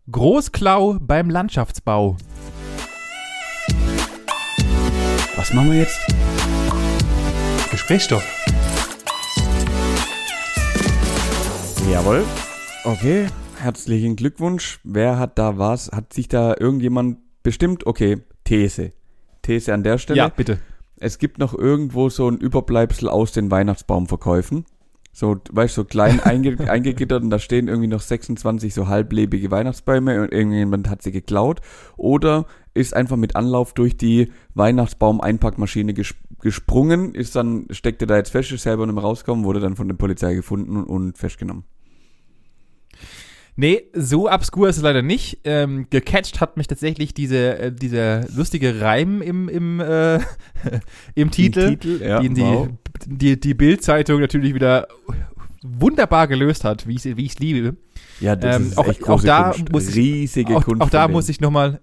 Großklau beim Landschaftsbau. Was machen wir jetzt? Gesprächsstoff. Jawohl. Okay, herzlichen Glückwunsch. Wer hat da was? Hat sich da irgendjemand bestimmt? Okay, These an der Stelle. Ja, bitte. Es gibt noch irgendwo so ein Überbleibsel aus den Weihnachtsbaumverkäufen. So, weißt du, so klein eingegittert und da stehen irgendwie noch 26 so halblebige Weihnachtsbäume und irgendjemand hat sie geklaut. Oder ist einfach mit Anlauf durch die Weihnachtsbaum-Einpackmaschine gesprungen, steckte da jetzt fest, ist selber nicht mehr rausgekommen, wurde dann von der Polizei gefunden und festgenommen. Nee, so obskur ist es leider nicht. Gecatcht hat mich tatsächlich dieser lustige Reim im Titel, ja, den wow. die Bild-Zeitung natürlich wieder wunderbar gelöst hat, wie ich es liebe. Ja, das ist echt große auch da Kunst. Riesige Kunst. Auch da muss ich nochmal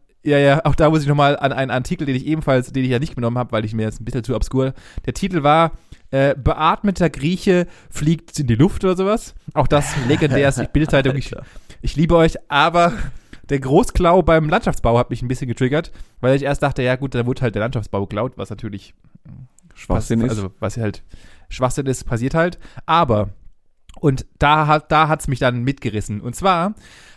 an einen Artikel, den ich ja nicht genommen habe, weil ich mir jetzt ein bisschen zu obskur. Der Titel war beatmeter Grieche fliegt in die Luft oder sowas. Auch das legendär ist, die Bild-Zeitung. Ich liebe euch, aber der Großklau beim Landschaftsbau hat mich ein bisschen getriggert, weil ich erst dachte, ja gut, dann wurde halt der Landschaftsbau geklaut, was natürlich Schwachsinn ist. Also was halt Schwachsinn ist, passiert halt. Aber, und da hat's mich dann mitgerissen. Und zwar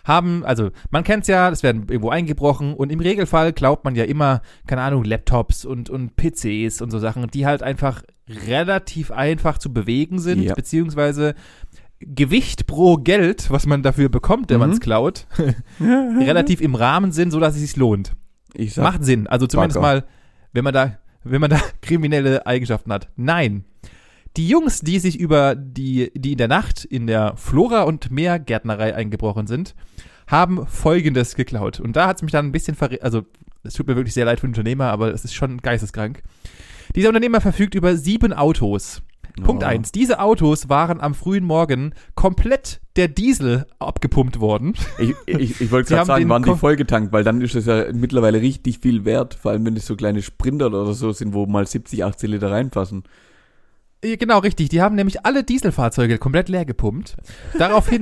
man kennt's ja, es werden irgendwo eingebrochen und im Regelfall klaut man ja immer, keine Ahnung, Laptops und PCs und so Sachen, die halt einfach relativ einfach zu bewegen sind, ja. Beziehungsweise Gewicht pro Geld, was man dafür bekommt, wenn man es klaut, relativ im Rahmen sind, sodass es sich lohnt. Macht Sinn. Also zumindest mal, wenn man da kriminelle Eigenschaften hat. Nein. Die Jungs, die sich die in der Nacht in der Flora- und Meergärtnerei eingebrochen sind, haben Folgendes geklaut. Und da hat es mich dann ein bisschen also es tut mir wirklich sehr leid für den Unternehmer, aber es ist schon geisteskrank. Dieser Unternehmer verfügt über 7 Autos. Punkt 1. Diese Autos waren am frühen Morgen komplett der Diesel abgepumpt worden. Ich wollte gerade sagen, waren die vollgetankt, weil dann ist es ja mittlerweile richtig viel wert, vor allem wenn es so kleine Sprinter oder so sind, wo mal 70, 80 Liter reinpassen. Genau, richtig. Die haben nämlich alle Dieselfahrzeuge komplett leer gepumpt. Daraufhin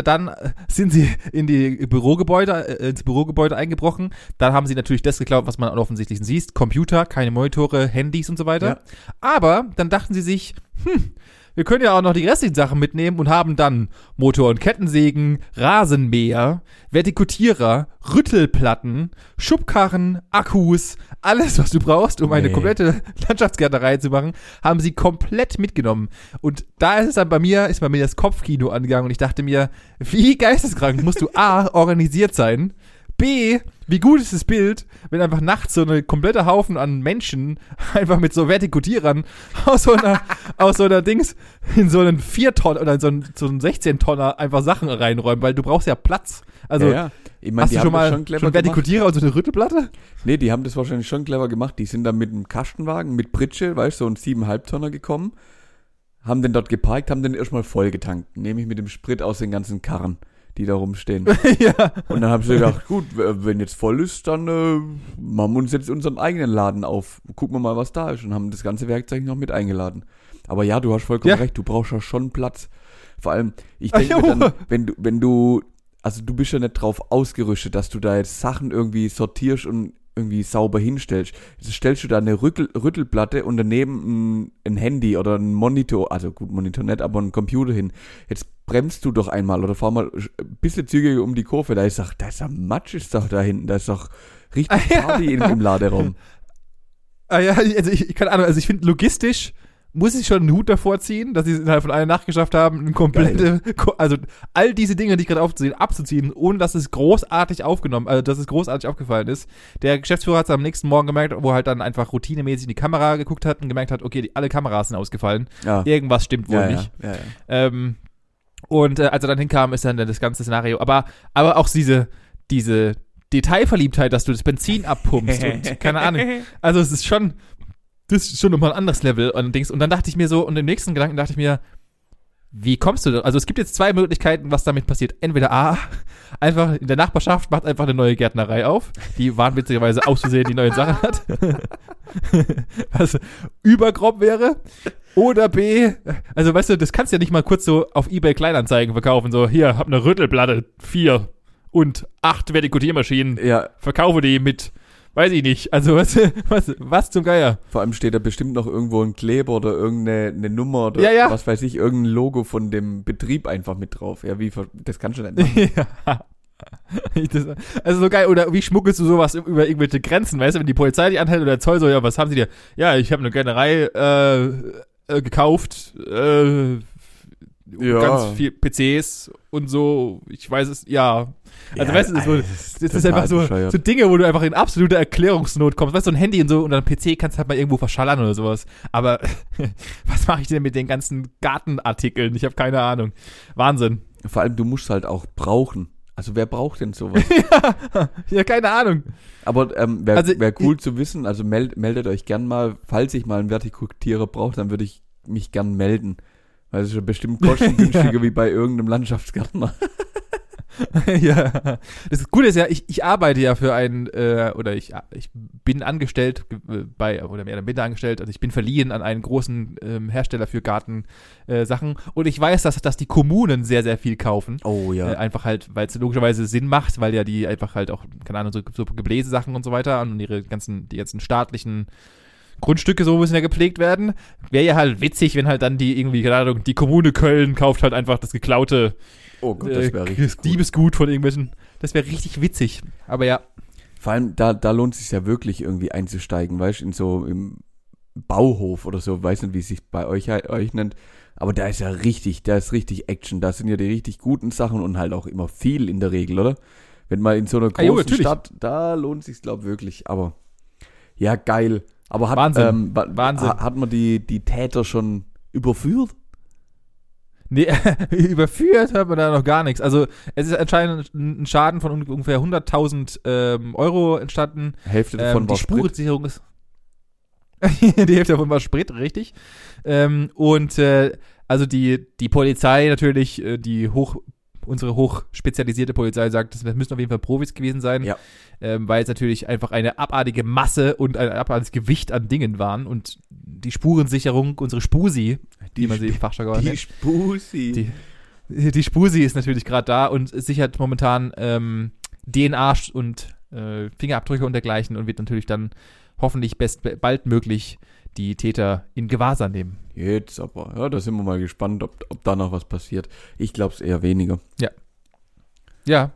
sind sie ins Bürogebäude eingebrochen. Dann haben sie natürlich das geklaut, was man offensichtlich sieht. Computer, keine Monitore, Handys und so weiter. Ja. Aber dann dachten sie sich, wir können ja auch noch die restlichen Sachen mitnehmen und haben dann Motor- und Kettensägen, Rasenmäher, Vertikutierer, Rüttelplatten, Schubkarren, Akkus, alles, was du brauchst, um eine komplette Landschaftsgärtnerei zu machen, haben sie komplett mitgenommen. Und da ist bei mir das Kopfkino angegangen und ich dachte mir, wie geisteskrank musst du A, organisiert sein, B, wie gut ist das Bild, wenn einfach nachts so eine komplette Haufen an Menschen einfach mit so Vertikutierern aus so einer Dings in so einen 4-Tonner oder in so einen 16-Tonner einfach Sachen reinräumen, weil du brauchst ja Platz. Also, ja. Ich meine, hast du schon Vertikutierer und so eine Rüttelplatte? Nee, die haben das wahrscheinlich schon clever gemacht. Die sind dann mit einem Kastenwagen, mit Pritsche, weißt du, so ein 7,5 Tonner gekommen, haben den dort geparkt, haben den erstmal voll getankt, nämlich mit dem Sprit aus den ganzen Karren, die da rumstehen. Ja. Und dann haben sie gedacht, gut, wenn jetzt voll ist, dann machen wir uns jetzt unseren eigenen Laden auf. Gucken wir mal, was da ist. Und haben das ganze Werkzeug noch mit eingeladen. Aber ja, du hast vollkommen recht, du brauchst ja schon Platz. Vor allem, ich denke mir dann, wenn du, also du bist ja nicht drauf ausgerüstet, dass du da jetzt Sachen irgendwie sortierst und irgendwie sauber hinstellst. Jetzt stellst du da eine Rüttelplatte und daneben ein Handy oder ein Monitor, also gut, Monitor nicht, aber ein Computer hin. Jetzt bremst du doch einmal oder fahr mal ein bisschen zügiger um die Kurve. Da ist ja Matsch ist doch da hinten. Da ist doch richtig Party im Laderaum. Ja, also keine Ahnung, also ich finde logistisch muss ich schon einen Hut davor ziehen, dass sie es innerhalb von einer Nacht geschafft haben, eine komplette, also all diese Dinge, die ich gerade abzuziehen, ohne dass es großartig aufgefallen ist. Der Geschäftsführer hat es am nächsten Morgen gemerkt, wo er halt dann einfach routinemäßig in die Kamera geguckt hat und gemerkt hat, okay, alle Kameras sind ausgefallen. Ja. Irgendwas stimmt wohl nicht. Ja. Und als er dann hinkam, ist dann das ganze Szenario, aber auch diese Detailverliebtheit, dass du das Benzin abpumpst und keine Ahnung. Also es ist schon nochmal ein anderes Level und dann dachte ich mir so, und im nächsten Gedanken dachte ich mir, wie kommst du da? Also es gibt jetzt 2 Möglichkeiten, was damit passiert. Entweder A, einfach in der Nachbarschaft macht einfach eine neue Gärtnerei auf, die wahnwitzigerweise auszusehen die neue Sachen hat. Was übergrob wäre. Oder B, also weißt du, das kannst du ja nicht mal kurz so auf eBay Kleinanzeigen verkaufen, so hier, hab eine Rüttelplatte, 4 und 8 Vertikutiermaschinen. Ja. Verkaufe die mit, weiß ich nicht, also was zum Geier. Vor allem steht da bestimmt noch irgendwo ein Kleber oder irgendeine Nummer oder Ja. was weiß ich, irgendein Logo von dem Betrieb einfach mit drauf. Ja, das kannst du nicht machen. Ja. Also so geil, oder wie schmuggelst du sowas über irgendwelche Grenzen, weißt du, wenn die Polizei dich anhält oder der Zoll so, ja, was haben sie dir? Ja, ich habe eine Grennerei gekauft, ganz viel PCs und so, ich weiß es, ja. Also weißt du, das ist einfach so Dinge, wo du einfach in absolute Erklärungsnot kommst, weißt du, so ein Handy und so und dann PC kannst du halt mal irgendwo verschallern oder sowas, aber was mache ich denn mit den ganzen Gartenartikeln? Ich habe keine Ahnung. Wahnsinn. Vor allem, du musst halt auch brauchen. Also wer braucht denn sowas? ja, keine Ahnung. Aber wäre cool zu wissen, also meldet euch gern mal, falls ich mal einen Vertikutierer brauche, dann würde ich mich gern melden. Weil es ist ja bestimmt kostengünstiger wie bei irgendeinem Landschaftsgärtner. Ja, das Gute ist ja, ich arbeite ja für einen, oder ich bin angestellt oder mehr oder minder angestellt, also ich bin verliehen an einen großen Hersteller für Gartensachen und ich weiß, dass die Kommunen sehr, sehr viel kaufen. Oh ja. Einfach halt, weil es logischerweise Sinn macht, weil ja die einfach halt auch, keine Ahnung, so Gebläsesachen und so weiter und die ganzen staatlichen Grundstücke so müssen ja gepflegt werden. Wäre ja halt witzig, wenn halt dann die irgendwie, keine Ahnung, die Kommune Köln kauft halt einfach das geklaute oh Gott, das wäre richtig Diebesgut von irgendwelchen. Das wäre richtig witzig. Aber ja. Vor allem, da lohnt es sich ja wirklich irgendwie einzusteigen, weißt du, im Bauhof oder so, weiß nicht, wie es sich bei euch nennt. Aber da ist richtig Action. Da sind ja die richtig guten Sachen und halt auch immer viel in der Regel, oder? Wenn mal in so einer großen Stadt, da lohnt es sich, glaube ich, wirklich. Aber ja, geil. Aber Wahnsinn. Hat man die Täter schon überführt? Nee, überführt hat man da noch gar nichts. Also es ist anscheinend ein Schaden von ungefähr 100.000 Euro entstanden. Hälfte davon war die Spurensicherung ist die Hälfte davon war Sprit, richtig. Also die Polizei natürlich, unsere hochspezialisierte Polizei sagt, das müssen auf jeden Fall Profis gewesen sein, ja. Weil es natürlich einfach eine abartige Masse und ein abartiges Gewicht an Dingen waren und die Spurensicherung, unsere Spusi, die man sie im Fachjargon nennt. Die Spusi. Die Spusi ist natürlich gerade da und sichert momentan DNA und Fingerabdrücke und dergleichen und wird natürlich dann hoffentlich baldmöglich die Täter in Gewahrsam nehmen. Jetzt aber, ja, da sind wir mal gespannt, ob da noch was passiert. Ich glaube es eher weniger. Ja.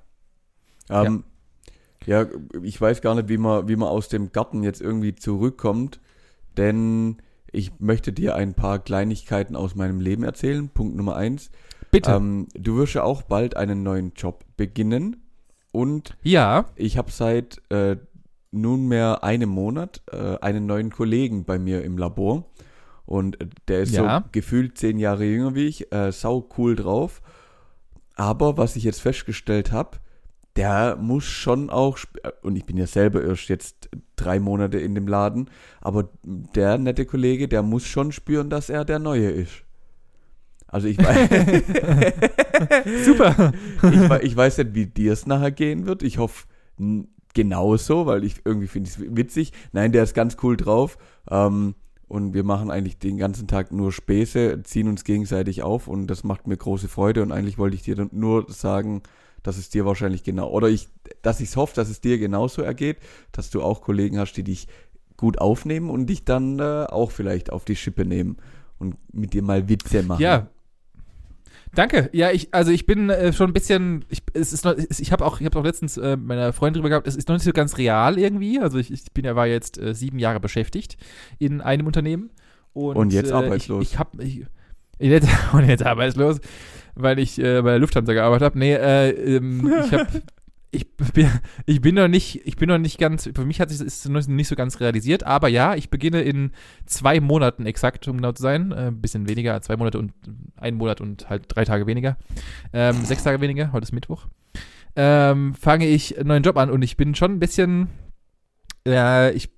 Ja, ich weiß gar nicht, wie man aus dem Garten jetzt irgendwie zurückkommt, denn ich möchte dir ein paar Kleinigkeiten aus meinem Leben erzählen. Punkt Nummer 1. Bitte. Du wirst ja auch bald einen neuen Job beginnen und ja. Ich habe seit nunmehr einem Monat einen neuen Kollegen bei mir im Labor und der ist so gefühlt 10 Jahre jünger wie ich, sau cool drauf, aber was ich jetzt festgestellt habe, der muss schon auch, und ich bin ja selber erst jetzt 3 Monate in dem Laden, aber der nette Kollege, der muss schon spüren, dass er der Neue ist. Also ich weiß, super. Ich weiß nicht, wie dir es nachher gehen wird. Ich hoffe genauso, weil ich irgendwie finde es witzig. Nein, der ist ganz cool drauf. Und wir machen eigentlich den ganzen Tag nur Späße, ziehen uns gegenseitig auf und das macht mir große Freude. Und eigentlich wollte ich dir nur sagen, dass es dir wahrscheinlich dass ich hoffe, dass es dir genauso ergeht, dass du auch Kollegen hast, die dich gut aufnehmen und dich dann auch vielleicht auf die Schippe nehmen und mit dir mal Witze machen. Ja. Danke. Ja, ich bin schon ein bisschen, ich habe auch letztens meiner Freundin drüber gehabt, es ist noch nicht so ganz real irgendwie. Also ich war jetzt 7 Jahre beschäftigt in einem Unternehmen. Und jetzt arbeitslos. Jetzt arbeitslos, weil ich bei der Lufthansa gearbeitet habe. Nee, ich bin noch nicht ganz, für mich ist es noch nicht so ganz realisiert, aber ja, ich beginne in 2 Monaten exakt, um genau zu sein, ein bisschen weniger, 2 Monate und 1 Monat und halt 3 Tage weniger, 6 Tage weniger, heute ist Mittwoch, fange ich einen neuen Job an und ich bin schon ein bisschen,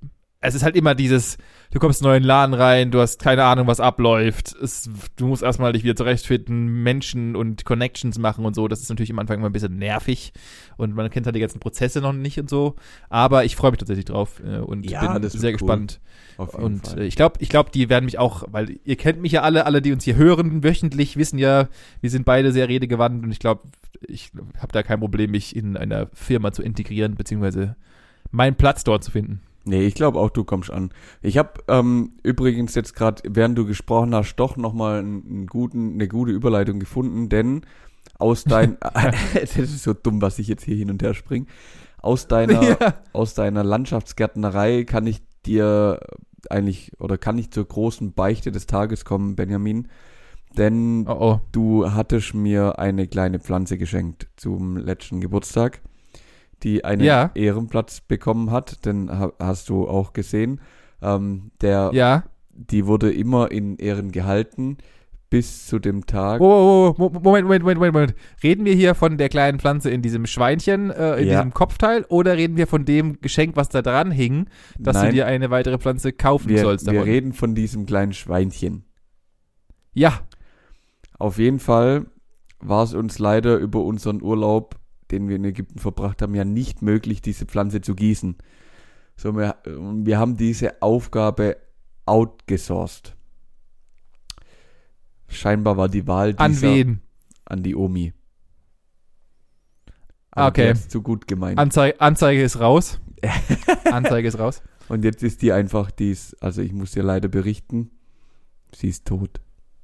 es ist halt immer dieses, du kommst in einen neuen Laden rein, du hast keine Ahnung, was abläuft. Du musst erstmal dich wieder zurechtfinden, Menschen und Connections machen und so. Das ist natürlich am Anfang immer ein bisschen nervig und man kennt halt die ganzen Prozesse noch nicht und so. Aber ich freue mich tatsächlich drauf und bin sehr gespannt. Und Fall. Ich glaube, die werden mich auch, weil ihr kennt mich ja alle, die uns hier hören wöchentlich, wissen ja, wir sind beide sehr redegewandt und ich glaube, ich habe da kein Problem, mich in einer Firma zu integrieren, beziehungsweise meinen Platz dort zu finden. Nee, ich glaube auch, du kommst an. Ich habe übrigens jetzt gerade, während du gesprochen hast, doch nochmal eine gute Überleitung gefunden, denn aus dein, das ist so dumm, was ich jetzt hier hin und her springe, aus deiner Landschaftsgärtnerei kann ich dir kann ich zur großen Beichte des Tages kommen, Benjamin, denn du hattest mir eine kleine Pflanze geschenkt zum letzten Geburtstag, die einen Ehrenplatz bekommen hat, den hast du auch gesehen. Die wurde immer in Ehren gehalten, bis zu dem Tag. Moment. Reden wir hier von der kleinen Pflanze in diesem Schweinchen, diesem Kopfteil, oder reden wir von dem Geschenk, was da dran hing, dass du dir eine weitere Pflanze kaufen sollst? Wir reden von diesem kleinen Schweinchen. Ja. Auf jeden Fall war es uns leider über unseren Urlaub, den wir in Ägypten verbracht haben, ja nicht möglich, diese Pflanze zu gießen. So, wir haben diese Aufgabe outgesourced. Scheinbar war die Wahl an wen? An die Omi. Okay. Das ist zu gut gemeint. Anzeige ist raus. Anzeige ist raus. Und jetzt ist die einfach, also ich muss dir leider berichten, sie ist tot.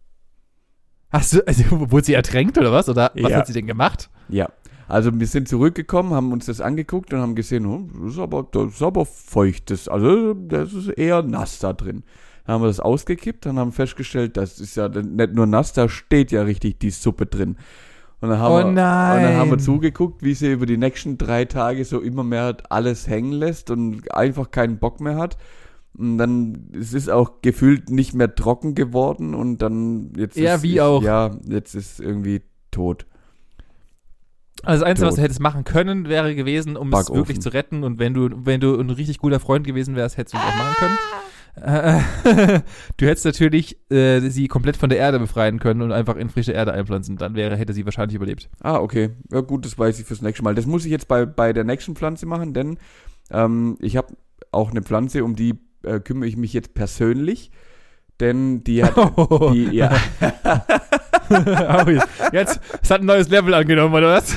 Wurde sie ertränkt oder was? Oder was hat sie denn gemacht? Ja. Also wir sind zurückgekommen, haben uns das angeguckt und haben gesehen, das ist aber feuchtes, also das ist eher nass da drin. Dann haben wir das ausgekippt und haben festgestellt, das ist ja nicht nur nass, da steht ja richtig die Suppe drin. Und dann haben wir zugeguckt, wie sie über die nächsten 3 Tage so immer mehr alles hängen lässt und einfach keinen Bock mehr hat. Und dann, es ist auch gefühlt nicht mehr trocken geworden und dann jetzt jetzt ist irgendwie tot. Also das Einzige, was du hättest machen können, wäre gewesen, um es wirklich zu retten. Und wenn du ein richtig guter Freund gewesen wärst, hättest du es auch machen können. Du hättest natürlich sie komplett von der Erde befreien können und einfach in frische Erde einpflanzen. Dann hätte sie wahrscheinlich überlebt. Ah, okay. Ja gut, das weiß ich fürs nächste Mal. Das muss ich jetzt bei der nächsten Pflanze machen, denn ich habe auch eine Pflanze, um die kümmere ich mich jetzt persönlich. Denn die hat, jetzt, es hat ein neues Level angenommen, oder was?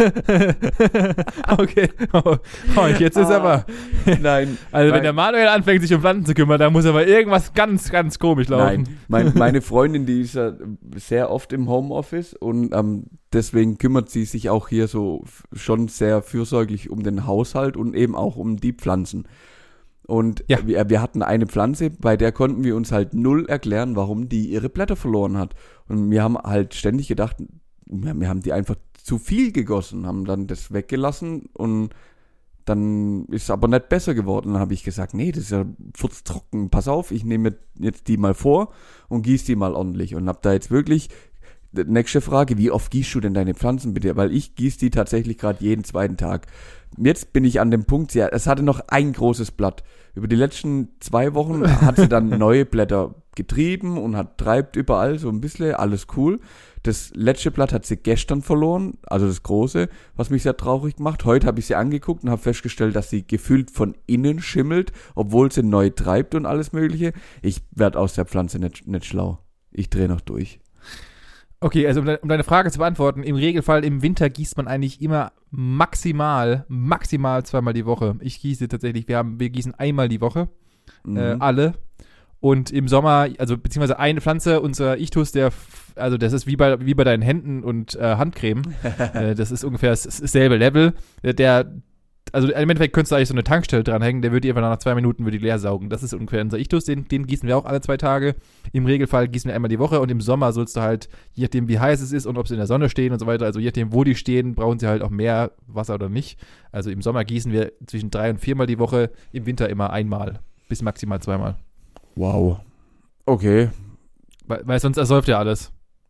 Okay. Jetzt ist aber. Nein. Also, wenn der Manuel anfängt, sich um Pflanzen zu kümmern, dann muss aber irgendwas ganz, ganz komisch laufen. Nein. Meine Freundin, die ist ja sehr oft im Homeoffice und deswegen kümmert sie sich auch hier so schon sehr fürsorglich um den Haushalt und eben auch um die Pflanzen. Und wir hatten eine Pflanze, bei der konnten wir uns halt null erklären, warum die ihre Blätter verloren hat. Und wir haben halt ständig gedacht, wir haben die einfach zu viel gegossen, haben dann das weggelassen und dann ist es aber nicht besser geworden. Dann habe ich gesagt, nee, das ist ja furztrocken, pass auf, ich nehme jetzt die mal vor und gieße die mal ordentlich. Und habe da jetzt wirklich, nächste Frage, wie oft gießt du denn deine Pflanzen bitte? Weil ich gieße die tatsächlich gerade jeden 2. Tag. Jetzt bin ich an dem Punkt, es hatte noch ein großes Blatt. Über die letzten 2 Wochen hat sie dann neue Blätter getrieben und treibt überall so ein bisschen, alles cool. Das letzte Blatt hat sie gestern verloren, also das große, was mich sehr traurig macht. Heute habe ich sie angeguckt und habe festgestellt, dass sie gefühlt von innen schimmelt, obwohl sie neu treibt und alles mögliche. Ich werde aus der Pflanze nicht schlau. Ich drehe noch durch. Okay, also um deine Frage zu beantworten, im Regelfall im Winter gießt man eigentlich immer maximal 2-mal die Woche. Ich gieße tatsächlich, wir gießen einmal die Woche, alle. Und im Sommer, also beziehungsweise eine Pflanze, unser Ichthus, also das ist wie bei deinen Händen und Handcreme. Das ist ungefähr dasselbe Level. Also im Endeffekt könntest du eigentlich so eine Tankstelle dranhängen, der würde einfach nach 2 Minuten leer saugen. Das ist ungefähr unser Ichthus, den gießen wir auch alle 2 Tage. Im Regelfall gießen wir einmal die Woche und im Sommer sollst du halt, je nachdem wie heiß es ist und ob sie in der Sonne stehen und so weiter, also je nachdem wo die stehen, brauchen sie halt auch mehr Wasser oder nicht. Also im Sommer gießen wir zwischen 3 und 4-mal die Woche, im Winter immer einmal, bis maximal 2-mal. Wow. Okay. Weil sonst ersäuft ja alles.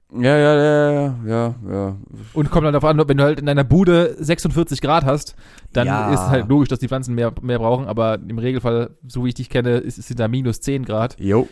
Ja. Und kommt dann darauf an, wenn du halt in deiner Bude 46 Grad hast, dann Ja. ist es halt logisch, dass die Pflanzen mehr brauchen, aber im Regelfall, so wie ich dich kenne, sind da minus 10 Grad. Jo.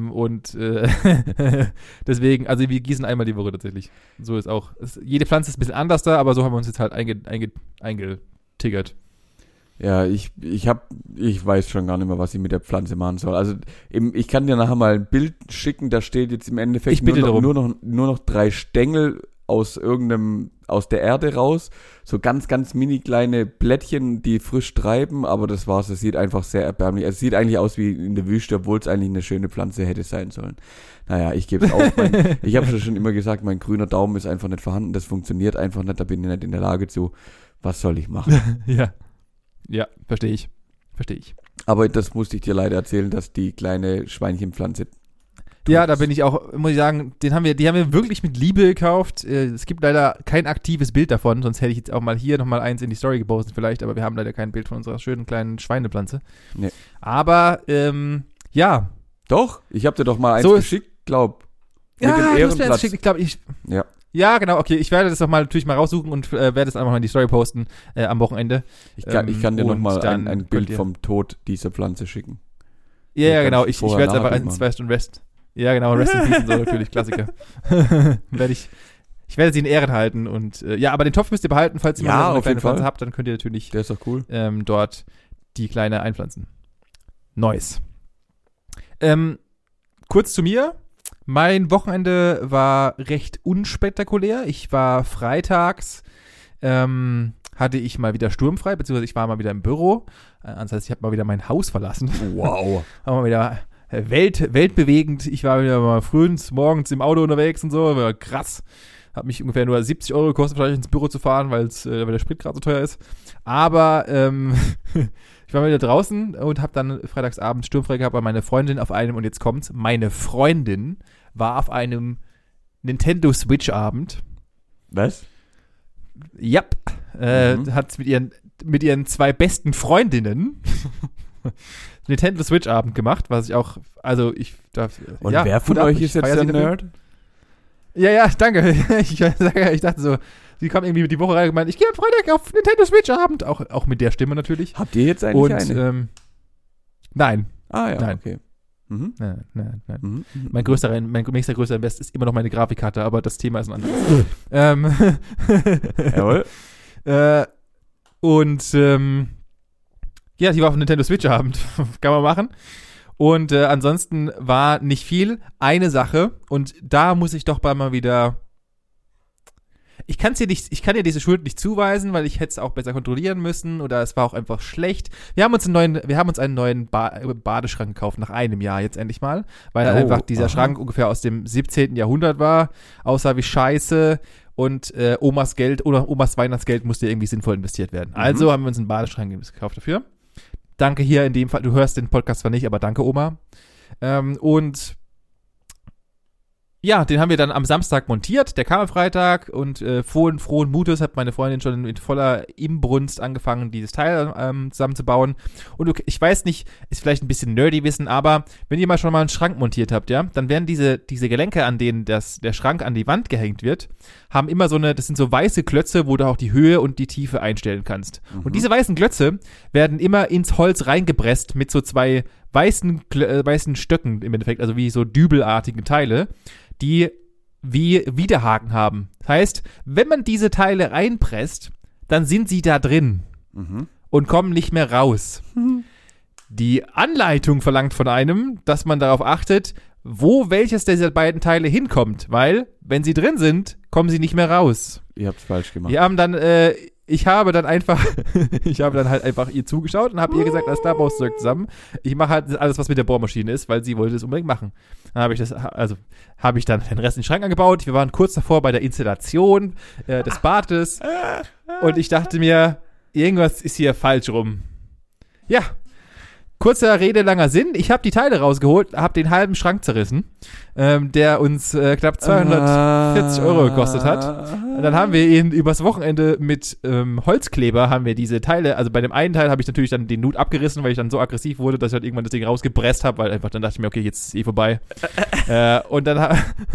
Deswegen, also wir gießen einmal die Woche tatsächlich. So ist auch. Jede Pflanze ist ein bisschen anders da, aber so haben wir uns jetzt halt eingetiggert. Ja, ich weiß schon gar nicht mehr, was ich mit der Pflanze machen soll. Also ich kann dir nachher mal ein Bild schicken, da steht jetzt im Endeffekt nur noch 3 Stängel aus der Erde raus. So ganz, ganz mini kleine Blättchen, die frisch treiben, aber das war's. Es sieht einfach sehr erbärmlich. Es sieht eigentlich aus wie in der Wüste, obwohl es eigentlich eine schöne Pflanze hätte sein sollen. Naja, ich gebe es auf. Ich habe schon immer gesagt, mein grüner Daumen ist einfach nicht vorhanden. Das funktioniert einfach nicht. Da bin ich nicht in der Lage zu. Was soll ich machen? Ja, verstehe ich. Aber das musste ich dir leider erzählen, dass die kleine Schweinchenpflanze. Ja, da bin ich auch, muss ich sagen, die haben wir wirklich mit Liebe gekauft. Es gibt leider kein aktives Bild davon, sonst hätte ich jetzt auch mal hier nochmal eins in die Story gepostet vielleicht, aber wir haben leider kein Bild von unserer schönen kleinen Schweinepflanze. Nee. Aber, ja. Doch, ich habe dir doch mal eins so geschickt, glaub. Mit dem du hast mir Ehrenplatz. eins geschickt, ich glaube, Ja. Ja, genau, okay. Ich werde das doch natürlich mal raussuchen und werde es einfach mal in die Story posten am Wochenende. Ich kann dir nochmal ein Bild ihr Vom Tod dieser Pflanze schicken. Ja, genau. Ich werde es einfach in 2 Stunden Rest. Ja, genau. Rest in Peace und so natürlich. Klassiker. Ich werde sie in Ehren halten und ja, aber den Topf müsst ihr behalten, falls ihr mal so eine kleine Pflanze habt, dann könnt ihr natürlich Der ist doch cool. Dort die kleine einpflanzen. Nice. Kurz zu mir. Mein Wochenende war recht unspektakulär. Ich war freitags, hatte ich mal wieder sturmfrei, beziehungsweise ich war mal wieder im Büro. Das heißt, ich habe mal wieder mein Haus verlassen. Wow. War mal wieder weltbewegend. Ich war wieder mal frühens morgens im Auto unterwegs und so. War krass. Hat mich ungefähr nur 70 € gekostet, vielleicht ins Büro zu fahren, weil der Sprit gerade so teuer ist. Aber ich war wieder draußen und habe dann freitagsabend sturmfrei gehabt, weil meine Freundin auf einem, und jetzt kommt's, meine Freundin war auf einem Nintendo Switch-Abend. Was? Ja. Hat mit ihren 2 besten Freundinnen Nintendo Switch-Abend gemacht, was ich auch, also ich darf. Und wer von euch ist jetzt der Nerd? Ja, danke. Ich dachte so, sie kam irgendwie die Woche rein und gemeint, ich gehe am Freitag auf Nintendo Switch-Abend. Auch mit der Stimme natürlich. Habt ihr jetzt eigentlich eine? Nein. Ah ja, nein. Okay. Mhm. Nein. Mhm. Mein nächster größter Invest ist immer noch meine Grafikkarte, aber das Thema ist ein anderes. Jawohl. Ja, die war auf Nintendo Switch-Abend. Kann man machen. Und ansonsten war nicht viel. Eine Sache, und da muss ich doch mal wieder. Ich kann dir diese Schuld nicht zuweisen, weil ich hätte es auch besser kontrollieren müssen oder es war auch einfach schlecht. Wir haben uns einen neuen Badeschrank gekauft, nach einem Jahr jetzt endlich mal, weil einfach dieser Schrank ungefähr aus dem 17. Jahrhundert war, aussah wie Scheiße und Omas Geld oder Omas Weihnachtsgeld musste irgendwie sinnvoll investiert werden. Also haben wir uns einen Badeschrank gekauft dafür. Danke hier in dem Fall, du hörst den Podcast zwar nicht, aber danke Oma. Und ja, den haben wir dann am Samstag montiert, der kam am Freitag und frohen Mutes hat meine Freundin schon mit voller Inbrunst angefangen, dieses Teil zusammenzubauen. Und ich weiß nicht, ist vielleicht ein bisschen nerdy Wissen, aber wenn ihr schon mal einen Schrank montiert habt, ja, dann werden diese Gelenke, an denen der Schrank an die Wand gehängt wird, haben immer das sind so weiße Klötze, wo du auch die Höhe und die Tiefe einstellen kannst. Mhm. Und diese weißen Klötze werden immer ins Holz reingepresst mit so 2 weißen Stöcken im Endeffekt, also wie so dübelartige Teile, die wie Widerhaken haben. Das heißt, wenn man diese Teile reinpresst, dann sind sie da drin und kommen nicht mehr raus. Die Anleitung verlangt von einem, dass man darauf achtet, wo welches dieser beiden Teile hinkommt, weil, wenn sie drin sind, kommen sie nicht mehr raus. Ihr habt's falsch gemacht. Ich habe dann halt einfach ihr zugeschaut und habe ihr gesagt, alles klar, baust du zusammen. Ich mache halt alles, was mit der Bohrmaschine ist, weil sie wollte es unbedingt machen. Dann habe ich dann den Rest in den Schrank angebaut. Wir waren kurz davor bei der Installation des Bades und ich dachte mir, irgendwas ist hier falsch rum. Ja, kurzer Rede, langer Sinn. Ich habe die Teile rausgeholt, habe den halben Schrank zerrissen, der uns knapp 240 € gekostet hat. Und dann haben wir ihn übers Wochenende mit Holzkleber haben wir diese Teile, also bei dem einen Teil habe ich natürlich dann den Nut abgerissen, weil ich dann so aggressiv wurde, dass ich halt irgendwann das Ding rausgepresst habe, weil einfach dann dachte ich mir, okay, jetzt ist vorbei. Und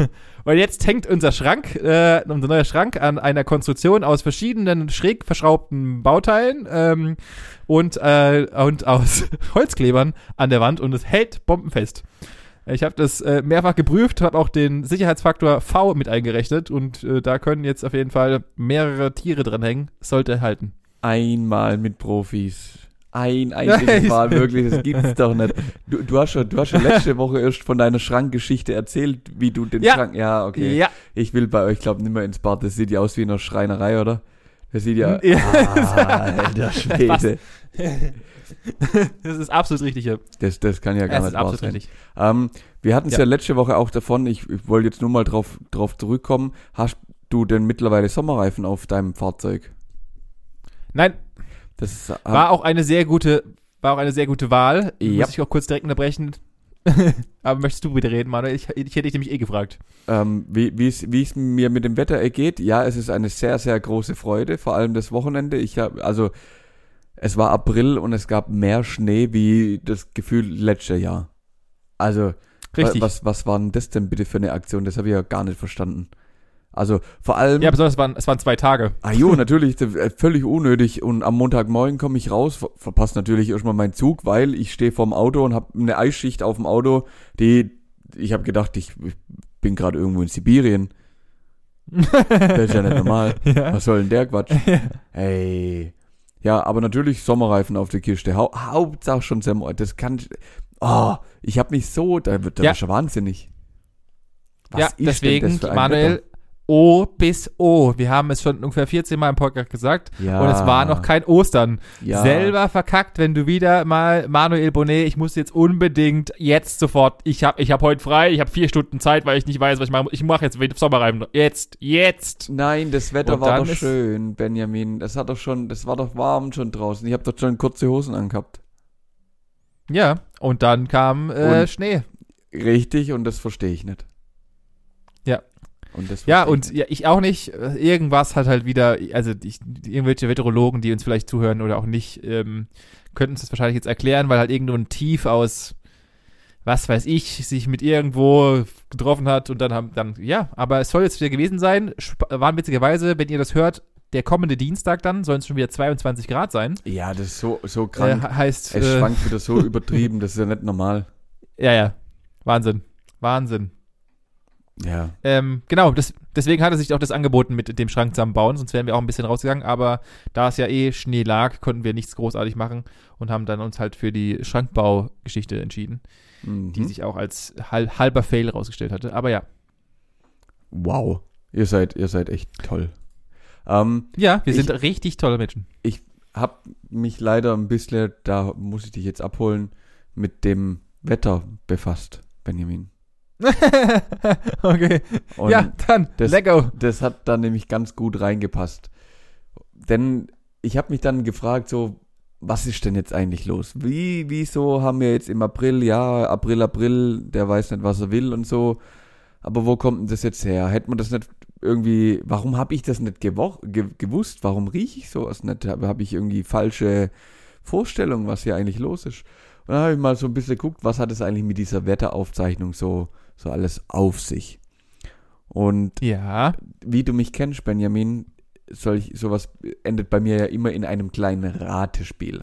Und jetzt hängt unser neuer Schrank an einer Konstruktion aus verschiedenen schräg verschraubten Bauteilen und aus Holzklebern an der Wand und es hält bombenfest. Ich habe das mehrfach geprüft, habe auch den Sicherheitsfaktor V mit eingerechnet und da können jetzt auf jeden Fall mehrere Tiere dran hängen. Sollte halten. Einmal mit Profis. Ein einziges Mal, wirklich, das gibt's doch nicht. Du hast schon letzte Woche erst von deiner Schrankgeschichte erzählt, wie du den Schrank, ja, okay. Ja. Ich will bei euch, glaube nicht mehr ins Bad, das sieht ja aus wie in einer Schreinerei, oder? Das sieht ja, alter Schwede. Das ist absolut richtig, ja. Das kann ja gar nicht wahr sein. Richtig. Wir hatten es ja letzte Woche auch davon, ich wollte jetzt nur mal drauf zurückkommen, hast du denn mittlerweile Sommerreifen auf deinem Fahrzeug? Nein. Das war auch eine sehr gute Wahl. Muss ich auch kurz direkt unterbrechen. Aber möchtest du bitte reden, Manuel? Ich hätte dich nämlich gefragt. Wie es mir mit dem Wetter ergeht, ja, es ist eine sehr, sehr große Freude, vor allem das Wochenende. Es war April und es gab mehr Schnee wie das Gefühl letztes Jahr. Also, richtig. Was war denn das denn bitte für eine Aktion? Das habe ich ja gar nicht verstanden. Also vor allem... Ja, besonders es waren 2 Tage. Natürlich, völlig unnötig. Und am Montagmorgen komme ich raus, verpasse natürlich erstmal meinen Zug, weil ich stehe vorm Auto und habe eine Eisschicht auf dem Auto, ich habe gedacht, ich bin gerade irgendwo in Sibirien. Das ist ja nicht normal. Ja. Was soll denn der Quatsch? Hey. Ja, aber natürlich Sommerreifen auf der Kiste. Hauptsache schon das kann... ich habe mich so... Da wird schon wahnsinnig. Was ist deswegen, denn das für ein Manuel... Wetter? O bis O. Wir haben es schon ungefähr 14 Mal im Podcast gesagt. Ja. Und es war noch kein Ostern. Ja. Selber verkackt, wenn du wieder mal, Manuel Bonnet, ich muss jetzt unbedingt jetzt sofort, ich hab heute frei, ich habe 4 Stunden Zeit, weil ich nicht weiß, was ich mache. Ich mache jetzt Sommerreifen. Jetzt. Nein, das Wetter war doch schön, Benjamin. Das war doch warm schon draußen. Ich habe doch schon kurze Hosen angehabt. Ja, und dann kam Schnee. Richtig, und das verstehe ich nicht. Ja. Ich auch nicht. Irgendwas hat halt wieder, also irgendwelche Meteorologen, die uns vielleicht zuhören oder auch nicht, könnten uns das wahrscheinlich jetzt erklären, weil halt irgendwo ein Tief aus, was weiß ich, sich mit irgendwo getroffen hat und aber es soll jetzt wieder gewesen sein. Wahnwitzigerweise, wenn ihr das hört, der kommende Dienstag dann sollen es schon wieder 22 Grad sein. Ja, das ist so krank. Heißt, es schwankt wieder so übertrieben, das ist ja nicht normal. Ja. Wahnsinn. Ja. Genau, deswegen hat er sich auch das angeboten mit dem Schrank zusammenbauen, sonst wären wir auch ein bisschen rausgegangen, aber da es ja Schnee lag, konnten wir nichts großartig machen und haben dann uns halt für die Schrankbaugeschichte entschieden, die sich auch als halber Fail rausgestellt hatte, aber ja. Wow, ihr seid echt toll. Wir sind richtig tolle Menschen. Ich habe mich leider ein bisschen, da muss ich dich jetzt abholen, mit dem Wetter befasst, Benjamin. Okay. Und ja, dann, let go. Das hat dann nämlich ganz gut reingepasst. Denn ich habe mich dann gefragt, so, was ist denn jetzt eigentlich los? Wieso haben wir jetzt im April, April, der weiß nicht, was er will und so. Aber wo kommt denn das jetzt her? Hätte man das nicht irgendwie, warum habe ich das nicht gewusst? Warum rieche ich sowas nicht? Habe ich irgendwie falsche Vorstellungen, was hier eigentlich los ist? Und dann habe ich mal so ein bisschen geguckt, was hat es eigentlich mit dieser Wetteraufzeichnung so alles auf sich. Und wie du mich kennst, Benjamin, sowas endet bei mir ja immer in einem kleinen Ratespiel.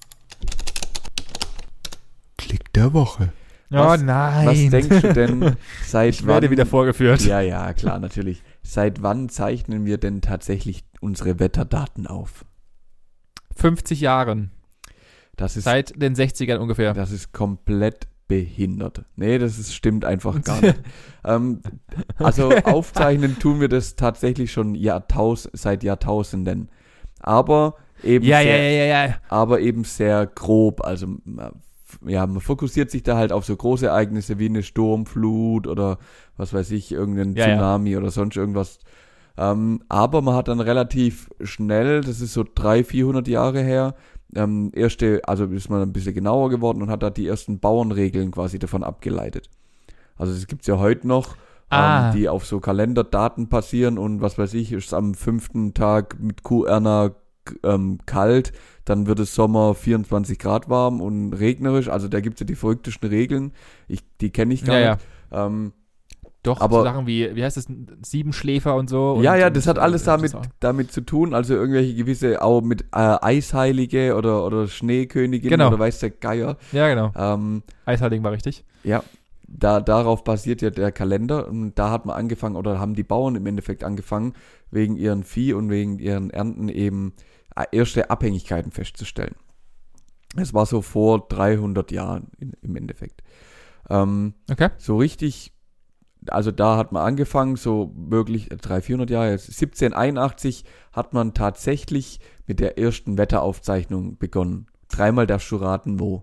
Klick der Woche. Nein. Was denkst du denn, ich werde wieder vorgeführt. Ja, klar, natürlich. Seit wann zeichnen wir denn tatsächlich unsere Wetterdaten auf? 50 Jahren. Seit den 60ern ungefähr. Das ist komplett behindert. Nee, stimmt einfach gar nicht. Also aufzeichnen tun wir das tatsächlich schon seit Jahrtausenden. Aber eben aber eben sehr grob. Also man fokussiert sich da halt auf so große Ereignisse wie eine Sturmflut oder was weiß ich, irgendein Tsunami oder sonst irgendwas. Aber man hat dann relativ schnell, das ist so 300-400 Jahre her, also ist man ein bisschen genauer geworden und hat da die ersten Bauernregeln quasi davon abgeleitet. Also es gibt's ja heute noch, die auf so Kalenderdaten passieren und was weiß ich, ist am 5. Tag mit Kuherna kalt, dann wird es Sommer 24 Grad warm und regnerisch, also da gibt's ja die verrücktesten Regeln, die kenne ich gar nicht. Doch, aber so Sachen wie heißt das, Siebenschläfer und so. ja, und, das hat alles das damit zu tun, also irgendwelche gewisse, auch mit Eisheilige oder Schneekönigin Genau. oder weiß der Geier. Ja, genau. Eisheiligen war richtig. Ja, darauf basiert ja der Kalender und da hat man angefangen, oder haben die Bauern im Endeffekt angefangen, wegen ihren Vieh und wegen ihren Ernten eben erste Abhängigkeiten festzustellen. Es war so vor 300 Jahren im Endeffekt. Okay. So richtig, also da hat man angefangen, so wirklich 300-400 Jahre, jetzt 1781 hat man tatsächlich mit der ersten Wetteraufzeichnung begonnen. Dreimal darfst du raten, wo?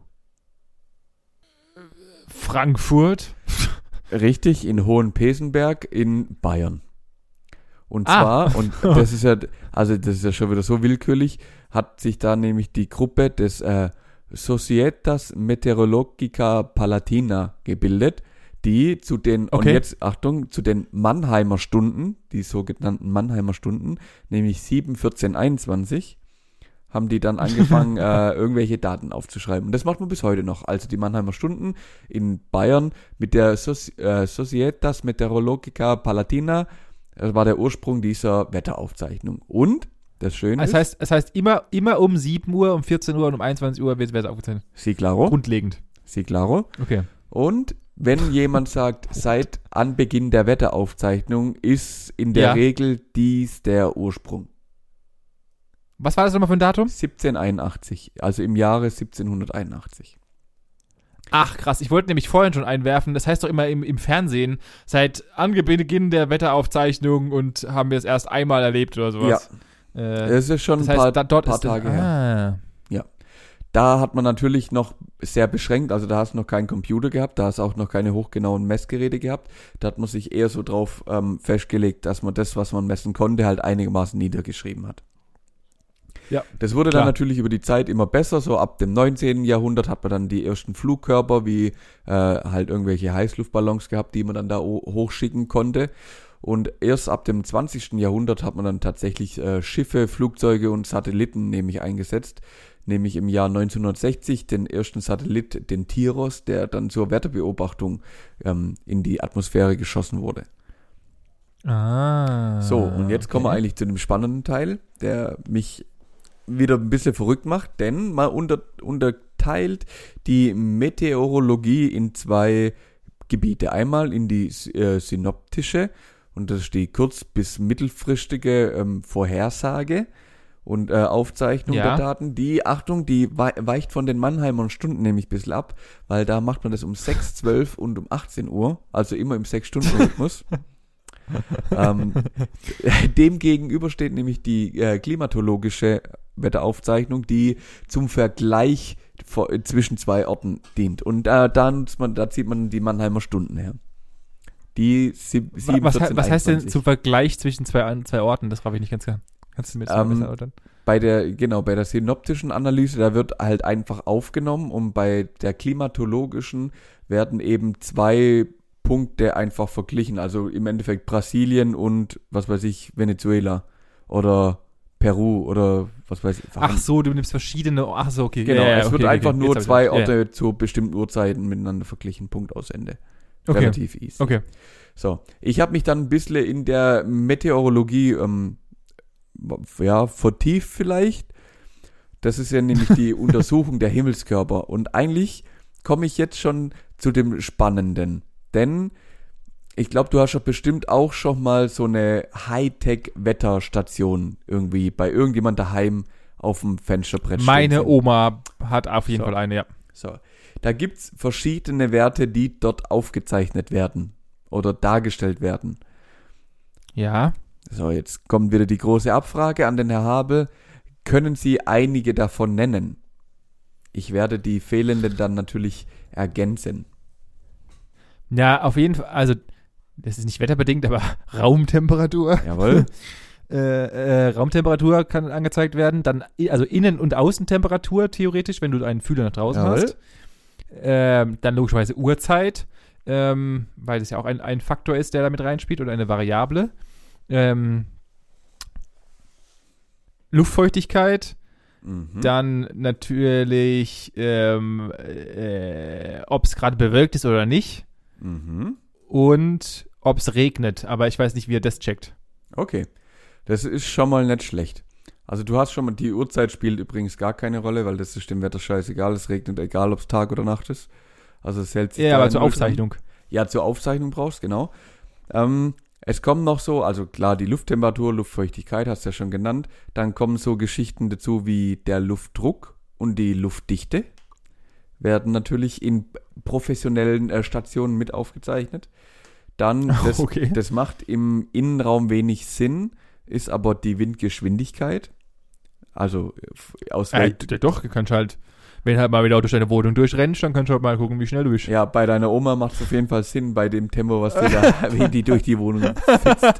Frankfurt. Richtig, in Hohenpesenberg in Bayern. Und zwar, und das ist ja schon wieder so willkürlich, hat sich da nämlich die Gruppe des Societas Meteorologica Palatina gebildet, die zu den, und jetzt, Achtung, zu den Mannheimer Stunden, die sogenannten Mannheimer Stunden, nämlich 7, 14, 21, haben die dann angefangen, irgendwelche Daten aufzuschreiben. Und das macht man bis heute noch. Also die Mannheimer Stunden in Bayern mit der Societas Meteorologica Palatina, das war der Ursprung dieser Wetteraufzeichnung. Und das Schöne ist, es heißt immer um 7 Uhr, um 14 Uhr und um 21 Uhr wird es aufgezeichnet. Sí, claro. Grundlegend. Sí, claro. Okay. Und wenn jemand sagt, seit Anbeginn der Wetteraufzeichnung ist in der Regel dies der Ursprung. Was war das nochmal für ein Datum? 1781, also im Jahre 1781. Ach krass, ich wollte nämlich vorhin schon einwerfen, das heißt doch immer im Fernsehen, seit Anbeginn der Wetteraufzeichnung und haben wir es erst einmal erlebt oder sowas. Ja, es ist schon das ein heißt, paar Tage her. Ja, da hat man natürlich noch sehr beschränkt, also da hast du noch keinen Computer gehabt, da hast du auch noch keine hochgenauen Messgeräte gehabt, da hat man sich eher so drauf festgelegt, dass man das, was man messen konnte, halt einigermaßen niedergeschrieben hat. Ja, das wurde dann natürlich über die Zeit immer besser, so ab dem 19. Jahrhundert hat man dann die ersten Flugkörper, wie halt irgendwelche Heißluftballons gehabt, die man dann da hochschicken konnte. Und erst ab dem 20. Jahrhundert hat man dann tatsächlich Schiffe, Flugzeuge und Satelliten nämlich eingesetzt. Nämlich im Jahr 1960 den ersten Satellit, den Tiros, der dann zur Wetterbeobachtung in die Atmosphäre geschossen wurde. So, und jetzt kommen wir eigentlich zu dem spannenden Teil, der mich wieder ein bisschen verrückt macht, denn man unterteilt die Meteorologie in zwei Gebiete. Einmal in die synoptische, und das ist die kurz- bis mittelfristige Vorhersage und Aufzeichnung der Daten. Die, Achtung, die weicht von den Mannheimer Stunden nämlich ein bisschen ab, weil da macht man das um 6, 12 und um 18 Uhr, also immer im 6-Stunden-Rhythmus. Dem gegenüber steht nämlich die klimatologische Wetteraufzeichnung, die zum Vergleich zwischen zwei Orten dient. Und da zieht man die Mannheimer Stunden her. Die 7, was 14, heißt 21. denn zum Vergleich zwischen zwei Orten? Das habe ich nicht ganz klar. Kannst du mir das besser erläutern? Bei der synoptischen Analyse, da wird halt einfach aufgenommen, und bei der klimatologischen werden eben zwei Punkte einfach verglichen, also im Endeffekt Brasilien und, was weiß ich, Venezuela oder Peru oder was weiß ich. Ach so, du nimmst verschiedene, okay. Genau, es wird einfach nur zwei Orte ja. zu bestimmten Uhrzeiten miteinander verglichen, Punkt, aus Ende. Okay. Relativ easy. Okay. So, ich habe mich dann ein bisschen in der Meteorologie vertieft vielleicht. Das ist ja nämlich die Untersuchung der Himmelskörper, und eigentlich komme ich jetzt schon zu dem Spannenden. Denn ich glaube, du hast ja bestimmt auch schon mal so eine Hightech-Wetterstation irgendwie bei irgendjemand daheim auf dem Fensterbrett. Meine Oma hat auf jeden Fall eine, ja. So, da gibt's verschiedene Werte, die dort aufgezeichnet werden oder dargestellt werden. Ja. So, jetzt kommt wieder die große Abfrage an den Herr Habel. Können Sie einige davon nennen? Ich werde die fehlenden dann natürlich ergänzen. Ja, auf jeden Fall, also das ist nicht wetterbedingt, aber Raumtemperatur. Jawohl. Raumtemperatur kann angezeigt werden, dann also Innen- und Außentemperatur theoretisch, wenn du einen Fühler nach draußen hast. Dann logischerweise Uhrzeit, weil das ja auch ein Faktor ist, der da mit reinspielt, oder eine Variable. Luftfeuchtigkeit. Dann natürlich, ob es gerade bewölkt ist oder nicht. Und ob es regnet, aber ich weiß nicht, wie er das checkt. Okay, das ist schon mal nicht schlecht. Also du hast schon mal, die Uhrzeit spielt übrigens gar keine Rolle, weil das ist dem Wetter scheißegal, es regnet, egal ob es Tag oder Nacht ist. Also es hält sich Ja, da aber in zur Null Aufzeichnung. dran. Ja, zur Aufzeichnung brauchst, genau. Es kommen noch so, also klar, die Lufttemperatur, Luftfeuchtigkeit, hast du ja schon genannt. Dann kommen so Geschichten dazu wie der Luftdruck und die Luftdichte. Werden natürlich in professionellen Stationen mit aufgezeichnet. Dann, das macht im Innenraum wenig Sinn, ist aber die Windgeschwindigkeit. Also aus Doch, du kannst halt, wenn halt mal wieder durch deine Wohnung durchrennst, dann kannst du halt mal gucken, wie schnell du bist. Ja, bei deiner Oma macht es auf jeden Fall Sinn, bei dem Tempo, was die durch die Wohnung fetzt.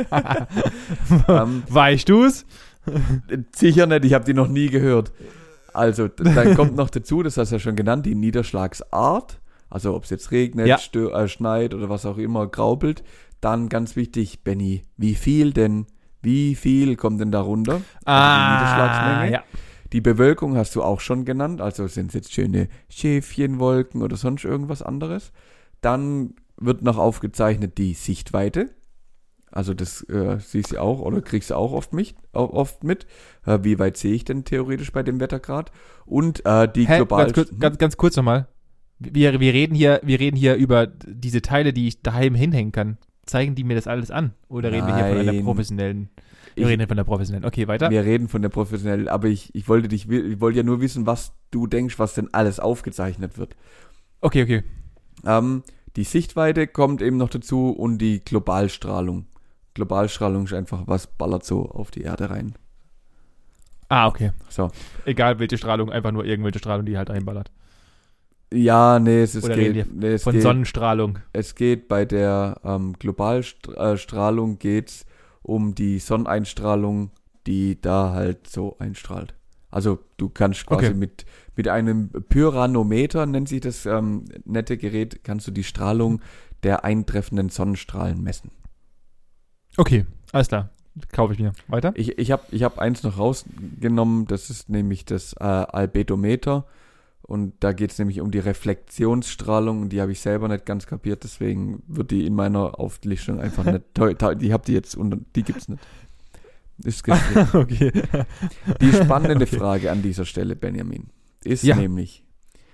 Weißt du's? Sicher nicht, ich habe die noch nie gehört. Also, dann kommt noch dazu, das hast du ja schon genannt, die Niederschlagsart. Also, ob es jetzt regnet, schneit oder was auch immer, graupelt. Dann ganz wichtig, Benny, wie viel kommt denn da runter? Also die Niederschlagsmenge. Ja. Die Bewölkung hast du auch schon genannt, also sind es jetzt schöne Schäfchenwolken oder sonst irgendwas anderes. Dann wird noch aufgezeichnet die Sichtweite. Also das siehst du auch oder kriegst du auch oft mit. Wie weit sehe ich denn theoretisch bei dem Wettergrad? Und die global... Ganz kurz nochmal. Wir reden hier über diese Teile, die ich daheim hinhängen kann. Zeigen die mir das alles an? Oder reden wir hier von einer professionellen... Wir reden von der professionellen. Okay, weiter. Wir reden von der professionellen, aber ich wollte ja nur wissen, was du denkst, was denn alles aufgezeichnet wird. Okay. Die Sichtweite kommt eben noch dazu und die Globalstrahlung. Globalstrahlung ist einfach, was ballert so auf die Erde rein. Okay. So. Egal welche Strahlung, einfach nur irgendwelche Strahlung, die halt reinballert. Ja, nee, es geht von Sonnenstrahlung. Es geht bei der Globalstrahlung geht's um die Sonneneinstrahlung, die da halt so einstrahlt. Also du kannst quasi mit einem Pyranometer, nennt sich das nette Gerät, kannst du die Strahlung der eintreffenden Sonnenstrahlen messen. Okay, alles klar. Kaufe ich mir. Weiter? Ich hab eins noch rausgenommen, das ist nämlich das Albedometer. Und da geht es nämlich um die Reflexionsstrahlung und die habe ich selber nicht ganz kapiert, deswegen wird die in meiner Auflistung einfach nicht, die habt ihr jetzt und die gibt's nicht. Ist okay. Die spannende Frage an dieser Stelle, Benjamin, ist nämlich,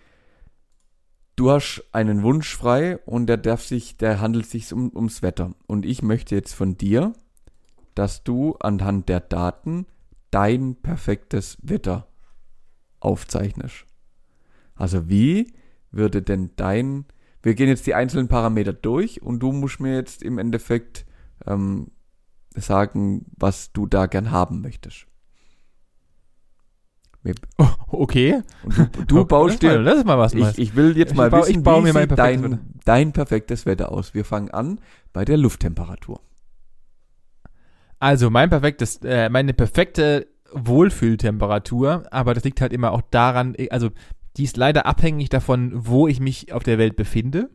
du hast einen Wunsch frei und der handelt sich ums Wetter. Und ich möchte jetzt von dir, dass du anhand der Daten dein perfektes Wetter aufzeichnest. Also wie würde denn wir gehen jetzt die einzelnen Parameter durch und du musst mir jetzt im Endeffekt sagen, was du da gern haben möchtest. Okay. Und du baust dir, das ist mal was. Ich will jetzt mal wissen, wie sieht dein perfektes Wetter aus. Wir fangen an bei der Lufttemperatur. Also meine perfekte Wohlfühltemperatur, aber das liegt halt immer auch daran, also die ist leider abhängig davon, wo ich mich auf der Welt befinde.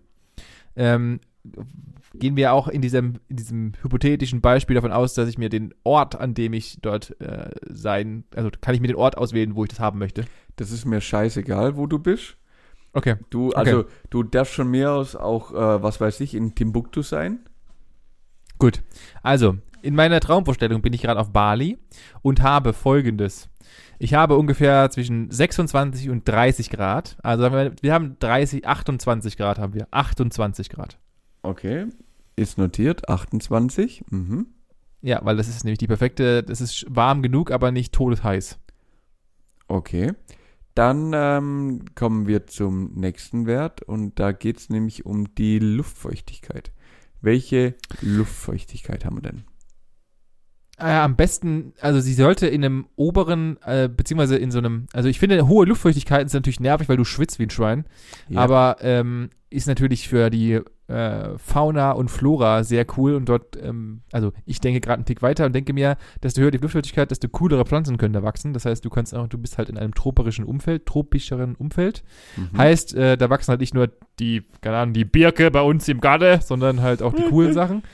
Gehen wir auch in diesem hypothetischen Beispiel davon aus, dass ich mir den Ort, an dem ich dort also kann ich mir den Ort auswählen, wo ich das haben möchte? Das ist mir scheißegal, wo du bist. Okay. Du darfst schon mehr aus auch, was weiß ich, in Timbuktu sein. Gut. Also, in meiner Traumvorstellung bin ich gerade auf Bali und habe Folgendes. Ich habe ungefähr zwischen 26 und 30 Grad. Also wir haben 28 Grad haben wir. 28 Grad. Okay, ist notiert. 28. Mhm. Ja, weil das ist nämlich das ist warm genug, aber nicht todesheiß. Okay. Dann kommen wir zum nächsten Wert und da geht es nämlich um die Luftfeuchtigkeit. Welche Luftfeuchtigkeit haben wir denn? Am besten, also sie sollte in einem oberen, beziehungsweise in so einem, also ich finde, hohe Luftfeuchtigkeit ist natürlich nervig, weil du schwitzt wie ein Schwein, aber ist natürlich für die Fauna und Flora sehr cool und dort, also ich denke gerade einen Tick weiter und denke mir, desto höher die Luftfeuchtigkeit, desto coolere Pflanzen können da wachsen. Das heißt, du bist halt in einem tropischeren Umfeld. Mhm. Heißt, da wachsen halt nicht nur die Birke bei uns im Garten, sondern halt auch die coolen Sachen.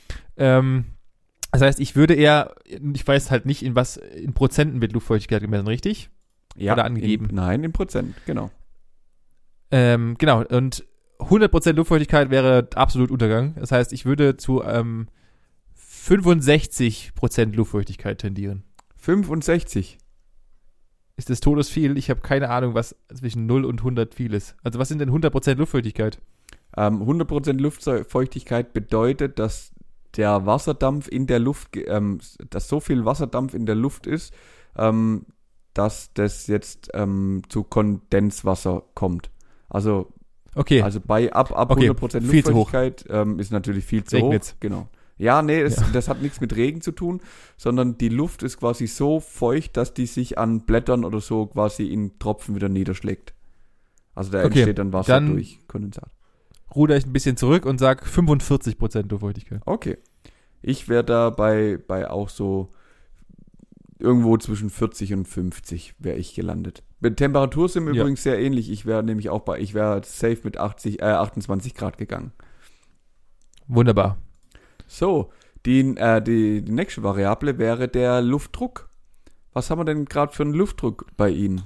Das heißt, ich weiß halt nicht, in Prozenten wird Luftfeuchtigkeit gemessen, richtig? Ja. Oder angegeben? In Prozent, genau. Genau, und 100% Luftfeuchtigkeit wäre absolut Untergang. Das heißt, ich würde zu 65% Luftfeuchtigkeit tendieren. 65. Ist des Todes viel? Ich habe keine Ahnung, was zwischen 0 und 100 viel ist. Also was sind denn 100% Luftfeuchtigkeit? 100% Luftfeuchtigkeit bedeutet, dass der Wasserdampf in der Luft, dass so viel Wasserdampf in der Luft ist, dass das jetzt zu Kondenswasser kommt. Also, okay. Also ab 100% viel Luftfeuchtigkeit ist natürlich viel zu Regnet's. hoch. Genau. Ja, nee, das hat nichts mit Regen zu tun, sondern die Luft ist quasi so feucht, dass die sich an Blättern oder so quasi in Tropfen wieder niederschlägt. Also da entsteht dann Wasser durch Kondensat. Ruder ich ein bisschen zurück und sag 45% Luftfeuchtigkeit. Okay. Ich wäre da bei auch so irgendwo zwischen 40 und 50 wäre ich gelandet. Mit Temperatur sind wir übrigens sehr ähnlich. Ich wäre nämlich auch ich wäre safe mit 28 Grad gegangen. Wunderbar. So, die nächste Variable wäre der Luftdruck. Was haben wir denn gerade für einen Luftdruck bei Ihnen?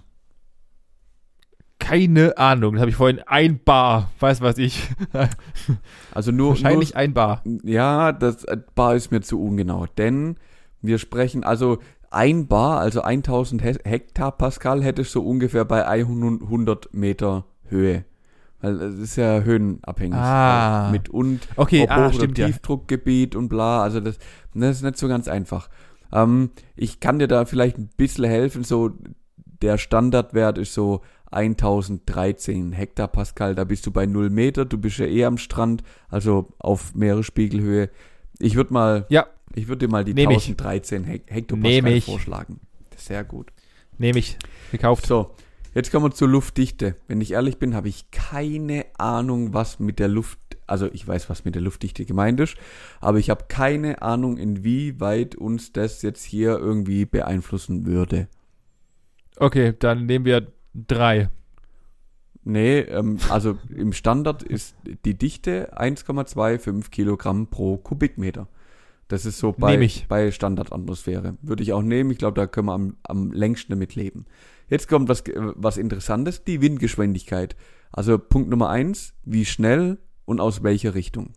Keine Ahnung, das habe ich vorhin 1 Bar, weiß was ich. Also wahrscheinlich 1 Bar. Ja, das Bar ist mir zu ungenau, denn wir sprechen, also 1 Bar, also 1000 Hektopascal hätte ich so ungefähr bei 100 Meter Höhe. Weil es ist ja höhenabhängig. Mit Hoch- oder stimmt, Tiefdruckgebiet und bla, also das ist nicht so ganz einfach. Ich kann dir da vielleicht ein bisschen helfen, so der Standardwert ist so 1013 Hektopascal, da bist du bei 0 Meter, du bist ja am Strand, also auf Meeresspiegelhöhe. Ich würde dir mal die 1013 Hektopascal vorschlagen. Sehr gut. Nehme ich. Gekauft. So, jetzt kommen wir zur Luftdichte. Wenn ich ehrlich bin, habe ich keine Ahnung, was mit der Luft, also ich weiß, was mit der Luftdichte gemeint ist, aber ich habe keine Ahnung, inwieweit uns das jetzt hier irgendwie beeinflussen würde. Okay, dann nehmen wir 3. Nee, also im Standard ist die Dichte 1,25 Kilogramm pro Kubikmeter. Das ist so bei Standardatmosphäre. Würde ich auch nehmen. Ich glaube, da können wir am längsten damit leben. Jetzt kommt was Interessantes, die Windgeschwindigkeit. Also Punkt Nummer 1, wie schnell und aus welcher Richtung?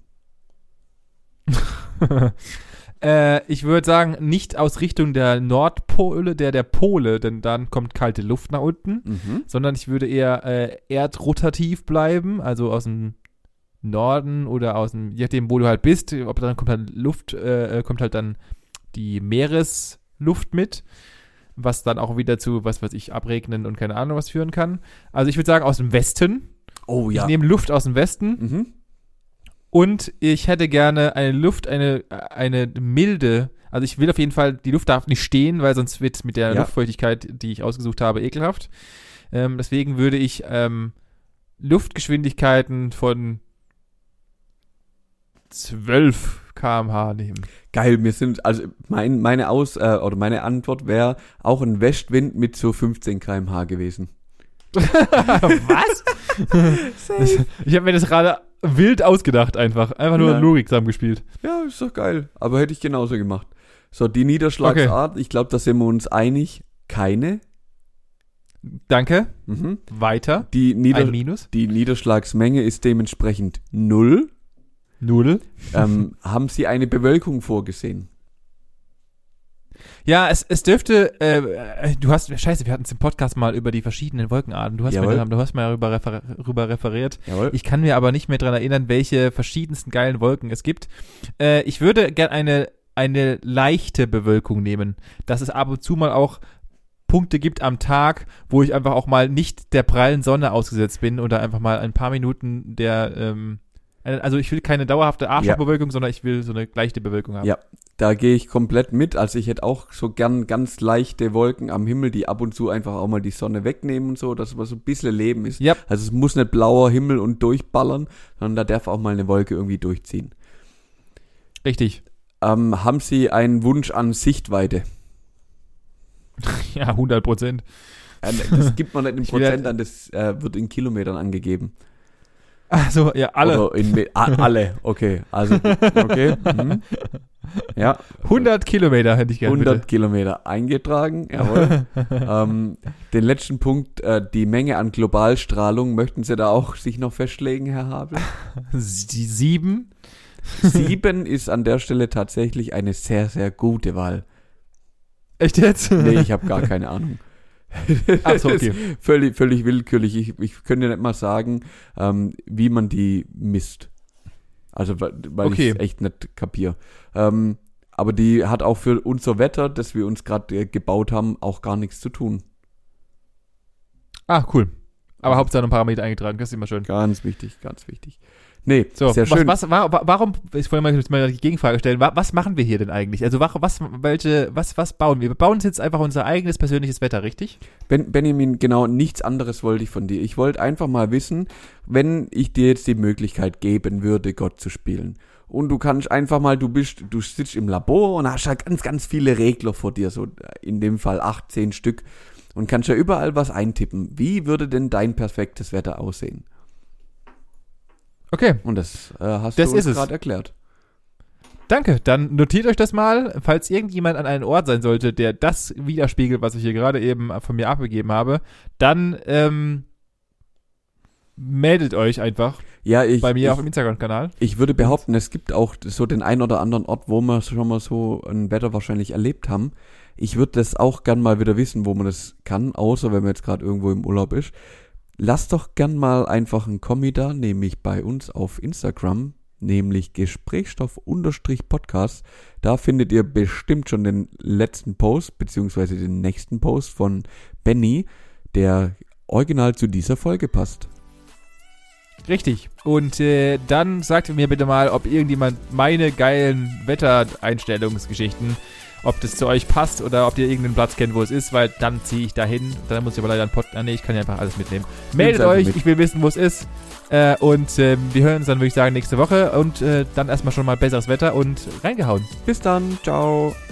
Ich würde sagen, nicht aus Richtung der Nordpole, der Pole, denn dann kommt kalte Luft nach unten, sondern ich würde eher erdrotativ bleiben, also aus dem Norden oder je nachdem, wo du halt bist, ob dann kommt halt kommt halt dann die Meeresluft mit, was dann auch wieder zu, was weiß ich, Abregnen und keine Ahnung was führen kann. Also ich würde sagen, aus dem Westen. Oh ja. Ich nehme Luft aus dem Westen. Und ich hätte gerne eine Luft, eine milde, also ich will auf jeden Fall, die Luft darf nicht stehen, weil sonst wird mit der Luftfeuchtigkeit, die ich ausgesucht habe, ekelhaft. Deswegen würde ich Luftgeschwindigkeiten von 12 km/h nehmen. Geil, meine Antwort wäre auch ein Westwind mit so 15 km/h gewesen. Was? Ich habe mir das gerade wild ausgedacht einfach nur Logik zusammengespielt. Ja, ist doch geil. Aber hätte ich genauso gemacht. So, die Niederschlagsart, Ich glaube, da sind wir uns einig. Keine. Danke. Weiter. Ein Minus. Die Niederschlagsmenge ist dementsprechend 0. Haben Sie eine Bewölkung vorgesehen? Ja, es dürfte, wir hatten es im Podcast mal über die verschiedenen Wolkenarten. Du hast mal rüber referiert. Jawohl. Ich kann mir aber nicht mehr daran erinnern, welche verschiedensten geilen Wolken es gibt. Ich würde gerne eine leichte Bewölkung nehmen, dass es ab und zu mal auch Punkte gibt am Tag, wo ich einfach auch mal nicht der prallen Sonne ausgesetzt bin oder einfach mal ein paar Minuten also ich will keine dauerhafte Arschlochbewölkung, sondern ich will so eine leichte Bewölkung haben. Ja, da gehe ich komplett mit. Also ich hätte auch so gern ganz leichte Wolken am Himmel, die ab und zu einfach auch mal die Sonne wegnehmen und so, dass es so ein bisschen Leben ist. Yep. Also es muss nicht blauer Himmel und durchballern, sondern da darf auch mal eine Wolke irgendwie durchziehen. Richtig. Haben Sie einen Wunsch an Sichtweite? Ja, 100%. Das gibt man nicht in Prozent an, das wird in Kilometern angegeben. Ach so, ja, alle. Oder alle, okay. Also, okay. Ja. 100 Kilometer hätte ich gerne 100 Kilometer eingetragen, jawohl. Den letzten Punkt, die Menge an Globalstrahlung, möchten Sie da auch sich noch festlegen, Herr Habel? 7. 7 ist an der Stelle tatsächlich eine sehr, sehr gute Wahl. Echt jetzt? Nee, ich habe gar keine Ahnung. Ach so, okay. Völlig willkürlich. Ich könnte nicht mal sagen, wie man die misst. Also, weil ich es echt nicht kapiere. Aber die hat auch für unser Wetter, das wir uns gerade gebaut haben, auch gar nichts zu tun. Ah, cool. Aber Hauptsache ein Parameter eingetragen, das ist immer schön. Ganz wichtig, ganz wichtig. Nee, so, sehr schön. Warum, ich wollte mal die Gegenfrage stellen, was machen wir hier denn eigentlich? Also was bauen wir? Wir bauen uns jetzt einfach unser eigenes persönliches Wetter, richtig? Benjamin, genau, nichts anderes wollte ich von dir. Ich wollte einfach mal wissen, wenn ich dir jetzt die Möglichkeit geben würde, Gott zu spielen. Und du kannst einfach mal, du sitzt im Labor und hast halt ganz, ganz viele Regler vor dir, so in dem Fall 10 Stück, und kannst ja überall was eintippen. Wie würde denn dein perfektes Wetter aussehen? Okay. Und das hast du uns gerade erklärt. Danke, dann notiert euch das mal, falls irgendjemand an einem Ort sein sollte, der das widerspiegelt, was ich hier gerade eben von mir abgegeben habe, dann meldet euch einfach bei mir auf dem Instagram-Kanal. Ich würde behaupten, es gibt auch so den einen oder anderen Ort, wo wir schon mal so ein Wetter wahrscheinlich erlebt haben. Ich würde das auch gern mal wieder wissen, wo man das kann, außer wenn man jetzt gerade irgendwo im Urlaub ist. Lasst doch gern mal einfach einen Kommi da, nämlich bei uns auf Instagram, nämlich Gesprächsstoff_Podcast. Da findet ihr bestimmt schon den letzten Post, beziehungsweise den nächsten Post von Benny, der original zu dieser Folge passt. Richtig. Und dann sagt mir bitte mal, ob irgendjemand meine geilen Wettereinstellungsgeschichten, ob das zu euch passt oder ob ihr irgendeinen Platz kennt, wo es ist, weil dann ziehe ich da hin. Dann muss ich aber leider ich kann ja einfach alles mitnehmen. Meldet euch, ich will wissen, wo es ist. Und wir hören uns dann, würde ich sagen, nächste Woche. Und dann erstmal schon mal besseres Wetter und reingehauen. Bis dann, ciao.